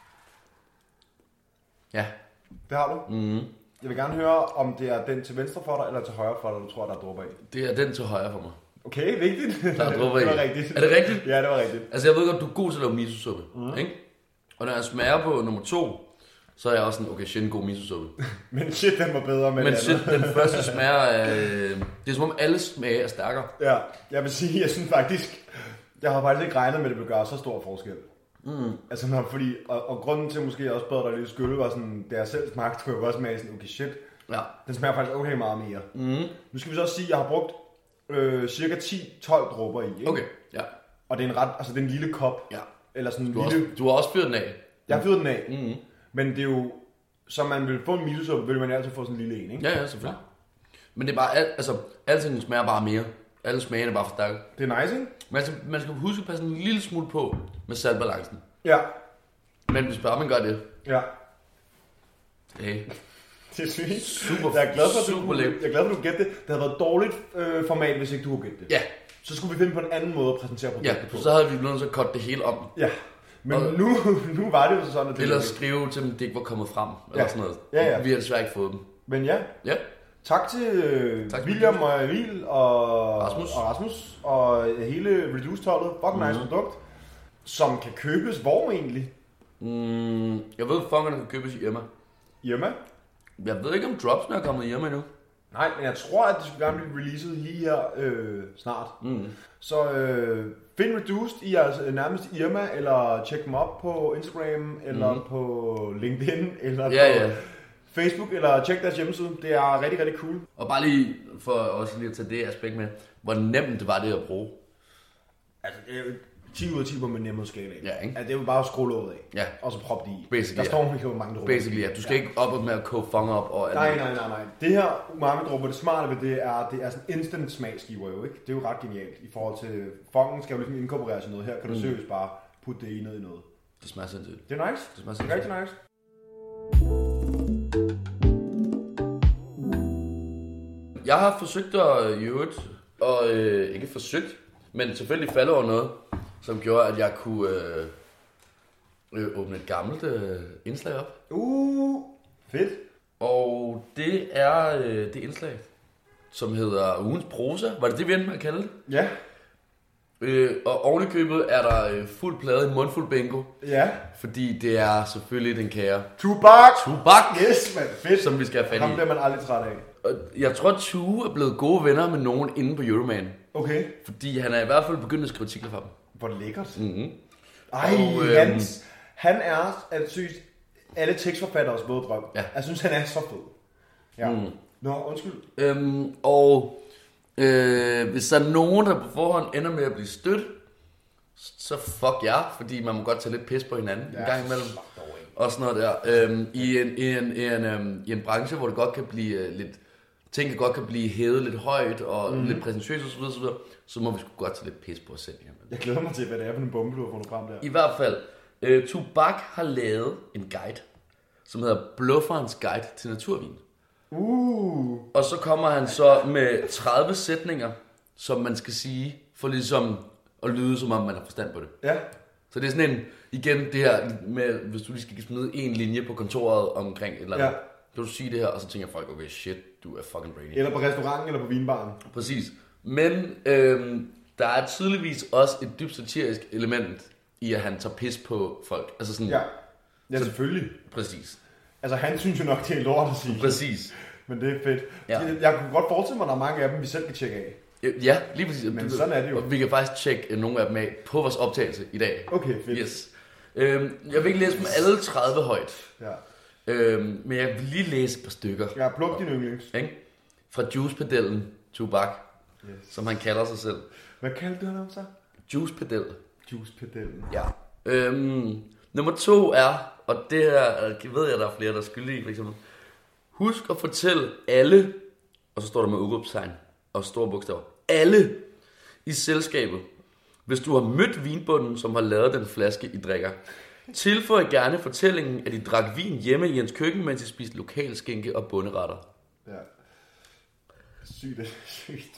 Speaker 3: Ja.
Speaker 2: Det har du? Jeg vil gerne høre, om det er den til venstre for dig, eller til højre for dig, du tror, der er dråber i.
Speaker 3: Det er den til højre for mig.
Speaker 2: Okay, vigtigt.
Speaker 3: Der er dråber i.
Speaker 2: Det var rigtigt.
Speaker 3: Er det rigtigt?
Speaker 2: Ja, det var rigtigt.
Speaker 3: Altså, jeg ved godt, du er god til at lave miso-suppe, ikke? Og når jeg smager på nummer 2, så er jeg også sådan, okay, shit, en god miso-suppe.
Speaker 2: Men shit, den var bedre med
Speaker 3: Men shit, den første smager af... Det er som om alle smage er stærkere.
Speaker 2: Ja, jeg vil sige, jeg synes faktisk... Jeg har faktisk ikke regnet med, at det ville gøre så stor forskel. Altså, fordi... Og grunden til, måske jeg også bad dig lidt skylde, var sådan... Da jeg selv smagte, kunne jeg også smage sådan, okay, shit.
Speaker 3: Ja.
Speaker 2: Den smager faktisk okay meget mere. Nu skal vi så også sige, at jeg har brugt cirka 10-12 dråber i, ikke?
Speaker 3: Okay, ja.
Speaker 2: Og det er en ret... Altså, det er en lille kop.
Speaker 3: Ja.
Speaker 2: Eller sådan
Speaker 3: du har også fyret den af.
Speaker 2: Jeg har fyret den af. Men det er jo... Så man vil få en miso-suppe, vil man altid få sådan en lille en, ikke?
Speaker 3: Ja, selvfølgelig. Men det er bare... alting smager bare mere. Alle smagene er bare for stærke.
Speaker 2: Det er nice, ikke?
Speaker 3: Men man skal huske at passe en lille smule på med saltbalancen.
Speaker 2: Ja.
Speaker 3: Men hvis bare man gør det...
Speaker 2: Ja.
Speaker 3: Hey.
Speaker 2: Det er sygt.
Speaker 3: Super,
Speaker 2: jeg er glad for, at du gætte det. Det havde været et dårligt format, hvis ikke du kunne gætte det.
Speaker 3: Ja.
Speaker 2: Så skulle vi finde på en anden måde at præsentere produktet på.
Speaker 3: Så havde vi blevet nødt til at cutte det hele om.
Speaker 2: Ja. Men nu var det jo sådan, at det...
Speaker 3: Eller skrive til dem, det ikke var kommet frem. Eller sådan noget.
Speaker 2: Ja.
Speaker 3: Vi har desværre ikke fået dem.
Speaker 2: Men ja. Tak til William og Emil og Rasmus og hele Reduced-holdet. Fucking nice produkt. Som kan købes hvor egentlig?
Speaker 3: Jeg ved, at fungerne kan købes i Irma.
Speaker 2: Irma?
Speaker 3: Jeg ved ikke, om dropsene er kommet i Irma endnu.
Speaker 2: Nej, men jeg tror, at det skulle gerne blive releaset lige her snart. Så find Reduced i jeres nærmeste Irma, eller tjek dem op på Instagram, eller på LinkedIn, eller på Facebook, eller tjek deres hjemmeside. Det er rigtig, rigtig cool.
Speaker 3: Og bare lige for også lige at tage det aspekt med, hvor nemt var det at bruge?
Speaker 2: Altså, 10 ud af 10 på min nemme skala.
Speaker 3: Ja, ikke?
Speaker 2: Altså, det er jo bare at skrue låget af, og så proppe det i.
Speaker 3: Basically,
Speaker 2: der står jo mange dråber.
Speaker 3: Basically, ja. Du skal ikke op med at koge fong op og alt.
Speaker 2: Nej. Det her umami-dråber, det smarte ved det er sådan instant smagsgiver jo, ikke? Det er jo ret genialt i forhold til fongen skal jo ligesom inkorporeres i noget. Her kan du seriøst bare putte det i ned i noget.
Speaker 3: Det smager sindssygt.
Speaker 2: Det er nice. Det er rigtig nice.
Speaker 3: Jeg har forsøgt at og ikke forsøgt, men selvfølgelig faldet over noget, som gjorde, at jeg kunne åbne et gammelt indslag op.
Speaker 2: Fedt.
Speaker 3: Og det er det indslag, som hedder Ugens Prosa. Var det det, vi endte med at kalde det?
Speaker 2: Ja.
Speaker 3: Og ovenikøbet er der fuld plade i mundfuld bingo.
Speaker 2: Ja.
Speaker 3: Fordi det er selvfølgelig den kære
Speaker 2: Tupac!
Speaker 3: Yes,
Speaker 2: man. Fedt.
Speaker 3: Som vi skal have fat i.
Speaker 2: Ham bliver man aldrig træt af.
Speaker 3: Og jeg tror, at Tue er blevet gode venner med nogen inde på Euroman.
Speaker 2: Okay.
Speaker 3: Fordi han er i hvert fald begyndt at skrive artikler for dem.
Speaker 2: Hvor lækkert.
Speaker 3: Ej,
Speaker 2: han er sygt alle tekstforfatteres både drøm. Ja. Jeg synes, han er så fed. Ja. Nå, undskyld.
Speaker 3: Hvis der er nogen, der på forhånd ender med at blive stødt, så fuck jer, fordi man må godt tage lidt pis på hinanden en gang imellem. Og sådan noget der. I en branche, hvor det godt kan blive lidt... Ting kan godt kan blive hævet lidt højt og lidt præsentøst og så videre, så må vi sgu godt tage lidt pis på os selv.
Speaker 2: Jeg glæder mig til, hvad det er for en bombe, du har fundet frem der.
Speaker 3: I hvert fald, Tupac har lavet en guide, som hedder Blufferens Guide til Naturvin. Og så kommer han så med 30 sætninger, som man skal sige, for ligesom at lyde, som om man har forstand på det.
Speaker 2: Ja.
Speaker 3: Så det er sådan en, igen det her med, hvis du lige skal smide en linje på kontoret omkring et eller andet. Ja. Kan du sige det her, og så tænker folk, okay, shit, du er fucking brainy.
Speaker 2: Eller på restauranten, eller på vinbaren.
Speaker 3: Præcis. Men der er tydeligvis også et dybt satirisk element i, at han tager pis på folk. Altså sådan,
Speaker 2: ja, selvfølgelig.
Speaker 3: Præcis.
Speaker 2: Altså, han synes jo nok, det er lort at sige.
Speaker 3: Præcis.
Speaker 2: Men det er fedt. Ja. Jeg kunne godt forestille mig, at der er mange af dem, vi selv kan tjekke af.
Speaker 3: Ja, lige præcis.
Speaker 2: Men sådan er det jo.
Speaker 3: Og vi kan faktisk tjekke nogle af dem af på vores optagelse i dag.
Speaker 2: Okay, fedt.
Speaker 3: Yes. Jeg vil ikke læse dem alle 30 højt.
Speaker 2: Ja.
Speaker 3: Men jeg vil lige læse et par stykker.
Speaker 2: Ja, pluk din yndlings.
Speaker 3: Fra Juice-pedellen Tupac, som han kalder sig selv.
Speaker 2: Hvad kaldte du ham så?
Speaker 3: Juice-pedel.
Speaker 2: Juice-pedellen.
Speaker 3: Ja. Nummer 2 er, og det her ved jeg, der er flere, der er skyldige, for eksempel. Husk at fortælle alle, og så står der med udråbstegn og store bogstaver, alle i selskabet, hvis du har mødt vinbunden, som har lavet den flaske, I drikker. Tilføj gerne fortællingen, at I drak vin hjemme i hans køkken, mens I spiste lokalskinke og bunderetter.
Speaker 2: Ja. Sygt.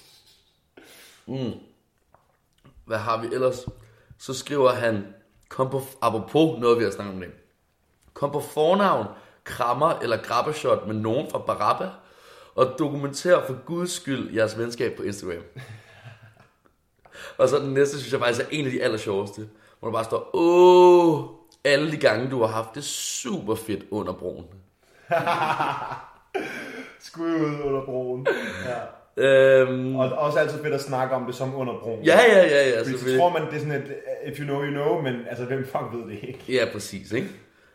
Speaker 3: Hvad har vi ellers? Så skriver han, apropos noget, vi har snakket om det. Kom på fornavn, krammer eller grabbeshot med nogen fra Barabba, og dokumenter for guds skyld jeres venskab på Instagram. Og så den næste, synes jeg faktisk er en af de allersjoveste, hvor der bare står, alle de gange, du har haft det super fedt under broen.
Speaker 2: Skud ud under broen. Ja. Og også altid fedt at snakke om det som under broen.
Speaker 3: Ja.
Speaker 2: Fordi så tror man, det er sådan et, if you know, you know, men altså, hvem fuck ved det ikke?
Speaker 3: Ja, præcis, ikke?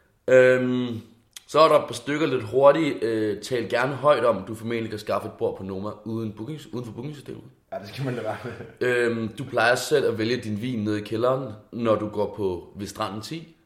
Speaker 3: Så er der et par stykker lidt hurtigt. Tal gerne højt om, du formentlig kan skaffe et bord på Noma uden for bookingsystemet. Ja,
Speaker 2: det skal man lade være med.
Speaker 3: Du plejer selv at vælge din vin nede i kælderen, når du går på ved stranden 10.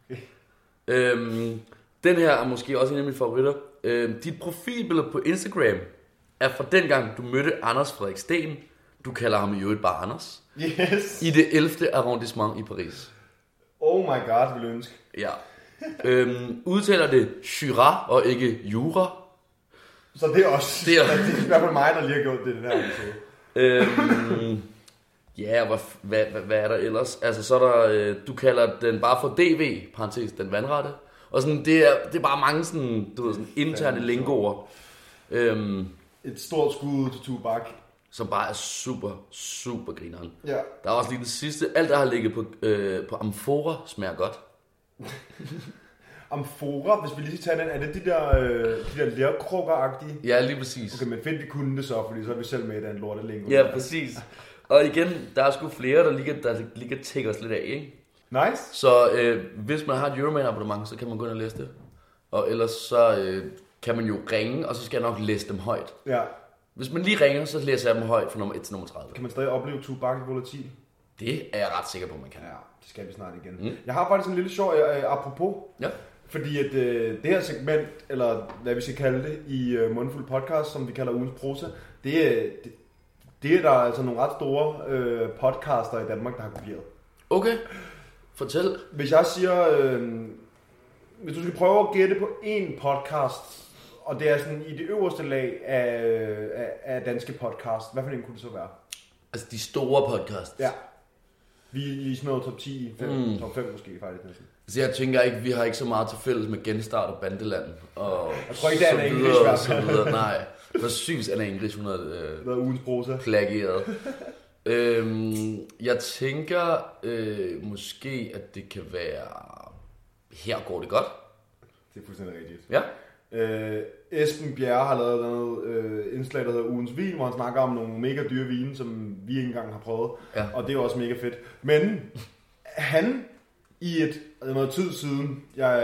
Speaker 3: Den her er måske også en af mine favoritter. Dit profilbillede på Instagram er fra dengang, du mødte Anders Frederik Steen. Du kalder ham i øvrigt bare Anders.
Speaker 2: Yes.
Speaker 3: I det 11. arrondissement i Paris.
Speaker 2: Oh my god, vil ønske.
Speaker 3: Ja. Udtaler det Jura og ikke Jura.
Speaker 2: Så det er også det er i hvert fald mig, der lige har gjort det der episode.
Speaker 3: Ja, hvad er der ellers? Altså så er der, du kalder den bare for DV, parentes, den vandrette. Og sådan, det er bare mange sådan, du ved, sådan interne lingoer.
Speaker 2: Et stort skud til Tupac.
Speaker 3: Som bare er super, super grineren.
Speaker 2: Ja.
Speaker 3: Der er også lige den sidste. Alt, der har ligget på amfora, smager godt.
Speaker 2: Amfora, hvis vi lige skal tage den, er det de der lerkrukker-agtige?
Speaker 3: Ja, lige præcis.
Speaker 2: Okay, men fedt, vi kunne det så, fordi så er vi selv med i den lortelingo.
Speaker 3: Ja, præcis. Og igen, der er sgu flere, der lige kan tække os lidt af, ikke?
Speaker 2: Nice.
Speaker 3: Så hvis man har et Euroman abonnement, så kan man gå ind og læse det. Og ellers så kan man jo ringe, og så skal jeg nok læse dem højt.
Speaker 2: Ja.
Speaker 3: Hvis man lige ringer, så læser jeg dem højt fra nummer 1 til nummer 30.
Speaker 2: Kan man stadig opleve Tupac i volatil?
Speaker 3: Det er jeg ret sikker på, man kan.
Speaker 2: Ja, det skal vi snart igen. Jeg har faktisk en lille sjov apropos. Ja. Fordi at det her segment, eller hvad vi skal kalde det, i Mundfuld Podcast, som vi kalder ugens prosa, det er der altså nogle ret store podcaster i Danmark, der har kopieret.
Speaker 3: Okay, fortæl.
Speaker 2: Hvis jeg siger, hvis du skal prøve at gætte på en podcast, og det er sådan i det øverste lag af danske podcast, hvad for en kunne det så være?
Speaker 3: Altså de store podcasts?
Speaker 2: Ja. Vi er sådan noget top 10, top 5 måske faktisk næsten.
Speaker 3: Så jeg tænker ikke, vi har ikke så meget til fælles med Genstart og Bandeland. Og
Speaker 2: jeg tror ikke, det er Anna English i hvert fald.
Speaker 3: Nej, for synes Anna English, hun har
Speaker 2: været ugens prosa.
Speaker 3: Plagieret. Jeg tænker måske, at det kan være Her går det godt.
Speaker 2: Det er fuldstændig rigtigt.
Speaker 3: Ja.
Speaker 2: Esben Bjerre har lavet noget indslag, der hedder Ugens Vin, hvor han snakker om nogle mega dyre vine, som vi ikke engang har prøvet. Ja. Og det er også mega fedt. Men han i noget tid siden,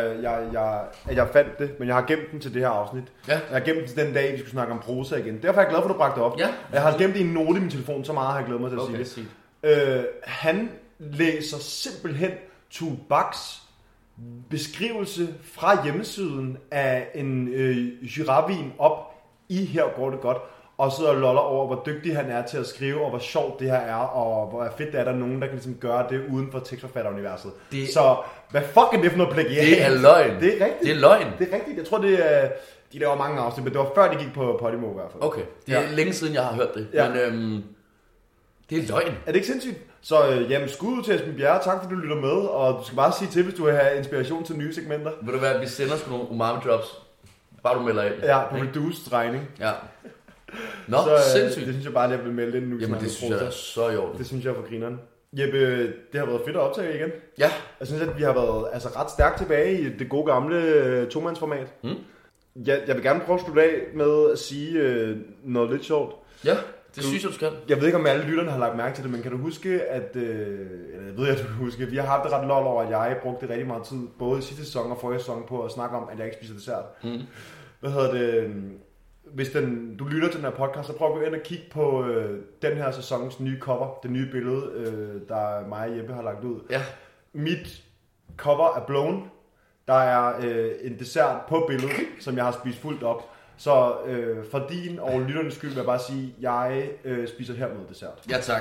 Speaker 2: jeg fandt det, men jeg har gemt den til det her afsnit. Ja. Jeg har gemt den til den dag, vi skulle snakke om prosa igen. Derfor er jeg glad for, at du bragte det op. Ja. Jeg har gemt det i en note i min telefon, så meget har jeg glædet mig til at sige det. Han læser simpelthen Tupacs beskrivelse fra hjemmesiden af en girafvin op i Her går det godt, og sidder og loller over, hvor dygtig han er til at skrive, og hvor sjovt det her er, og hvor fedt er der nogen, der kan ligesom gøre det uden for tekstforfatteruniverset. Så hvad fuck er det for noget plagiat?
Speaker 3: Det er løgn.
Speaker 2: Det er rigtigt.
Speaker 3: Det er løgn.
Speaker 2: Det er rigtigt. Jeg tror, de laver mange afsnit, men det var før, de gik på Podimo i hvert fald.
Speaker 3: Okay, det er længe siden, jeg har hørt det. Ja. Men det er løgn.
Speaker 2: Er det ikke sindssygt? Så jamen, skud til Esben Bjerre. Tak fordi du lytter med. Og du skal bare sige til, hvis du vil have inspiration til nye segmenter.
Speaker 3: Ved du hvad, vi sender sgu nogle umami drops. Bare du melder ind.
Speaker 2: Ja, på reduced regning.
Speaker 3: Ja. Nå, sindssygt.
Speaker 2: Det synes jeg bare, at jeg vil melde ind nu.
Speaker 3: Jamen det synes jeg er så i orden.
Speaker 2: Det synes jeg er for grineren. Jeppe, det har været fedt at optage igen.
Speaker 3: Ja.
Speaker 2: Jeg synes, at vi har været ret stærkt tilbage i det gode gamle tomandsformat. Jeg vil gerne prøve at slutte af med at sige noget lidt sjovt.
Speaker 3: Ja. Det synes jeg, du skal.
Speaker 2: Jeg ved ikke, om alle lytterne har lagt mærke til det, men kan du huske, at... jeg ved, at du kan huske, vi har haft det ret lol over, at jeg brugte rigtig meget tid, både i sidste sæson og forrige sæson, på at snakke om, at jeg ikke spiser dessert. Hvad hedder det? Hvis du lytter til den her podcast, så prøv at gå ind og kigge på den her sæsons nye cover, det nye billede, der mig og Jeppe har lagt ud. Ja. Mit cover er blown. Der er en dessert på billedet, som jeg har spist fuldt op. Så for din og lytternes skyld vil jeg bare sige, at jeg spiser hermed dessert.
Speaker 3: Ja, tak.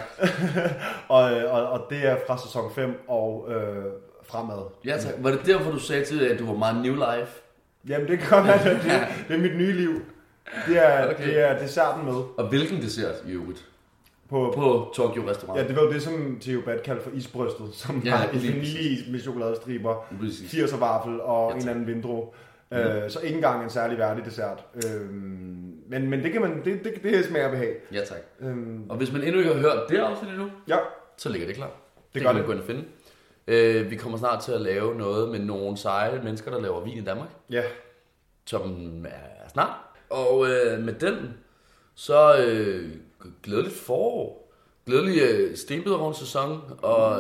Speaker 2: og det er fra sæson 5 og fremad.
Speaker 3: Ja, tak. Var det derfor, du sagde til, at du var meget new life?
Speaker 2: Jamen, det kan godt være, det er mit nye liv. Det er desserten med.
Speaker 3: Og hvilken dessert i øvrigt? På Tokyo Restaurant.
Speaker 2: Ja, det var jo det, som Theo Bat kaldte for isbrystet, som var en vaniljeis med chokoladestriber, 80'er vaffel og en eller anden vindro. Så ikke engang en særlig værdig dessert. Men det kan man, det smager behag.
Speaker 3: Ja, tak. Og hvis man endnu ikke har hørt det afsnit endnu, så ligger det klar. Det kan man gå ind og finde. Vi kommer snart til at lave noget med nogle seje mennesker, der laver vin i Danmark. Ja. Som er snart. Og med den, så glædeligt forår. Glædelig stenbidervogns sæson. Og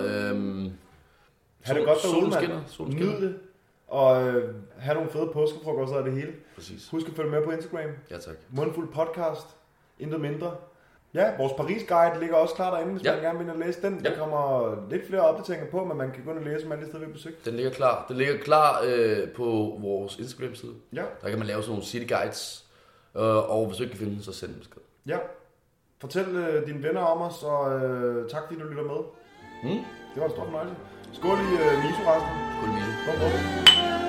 Speaker 2: ha' det godt derude, mand. Nyd det. Og have nogle fede påskefrokoster af det hele.
Speaker 3: Præcis.
Speaker 2: Husk at følge med på Instagram.
Speaker 3: Ja, tak.
Speaker 2: Mundfuld podcast. Intet mindre. Ja, vores Paris-guide ligger også klar derinde, hvis man gerne vil læse den. Der kommer lidt flere opdateringer på, men man kan gå ind og læse, om alle de steder, vi besøger.
Speaker 3: Den ligger klar. Den ligger klar på vores Instagram-side. Ja. Der kan man lave sådan nogle city guides. Og hvis du ikke kan finde den, så send en besked.
Speaker 2: Ja. Fortæl dine venner om os, og tak fordi du lytter med. Det var en stor fornøjelse. Skål i miso-resten.
Speaker 3: Skål i miso.
Speaker 2: Kom.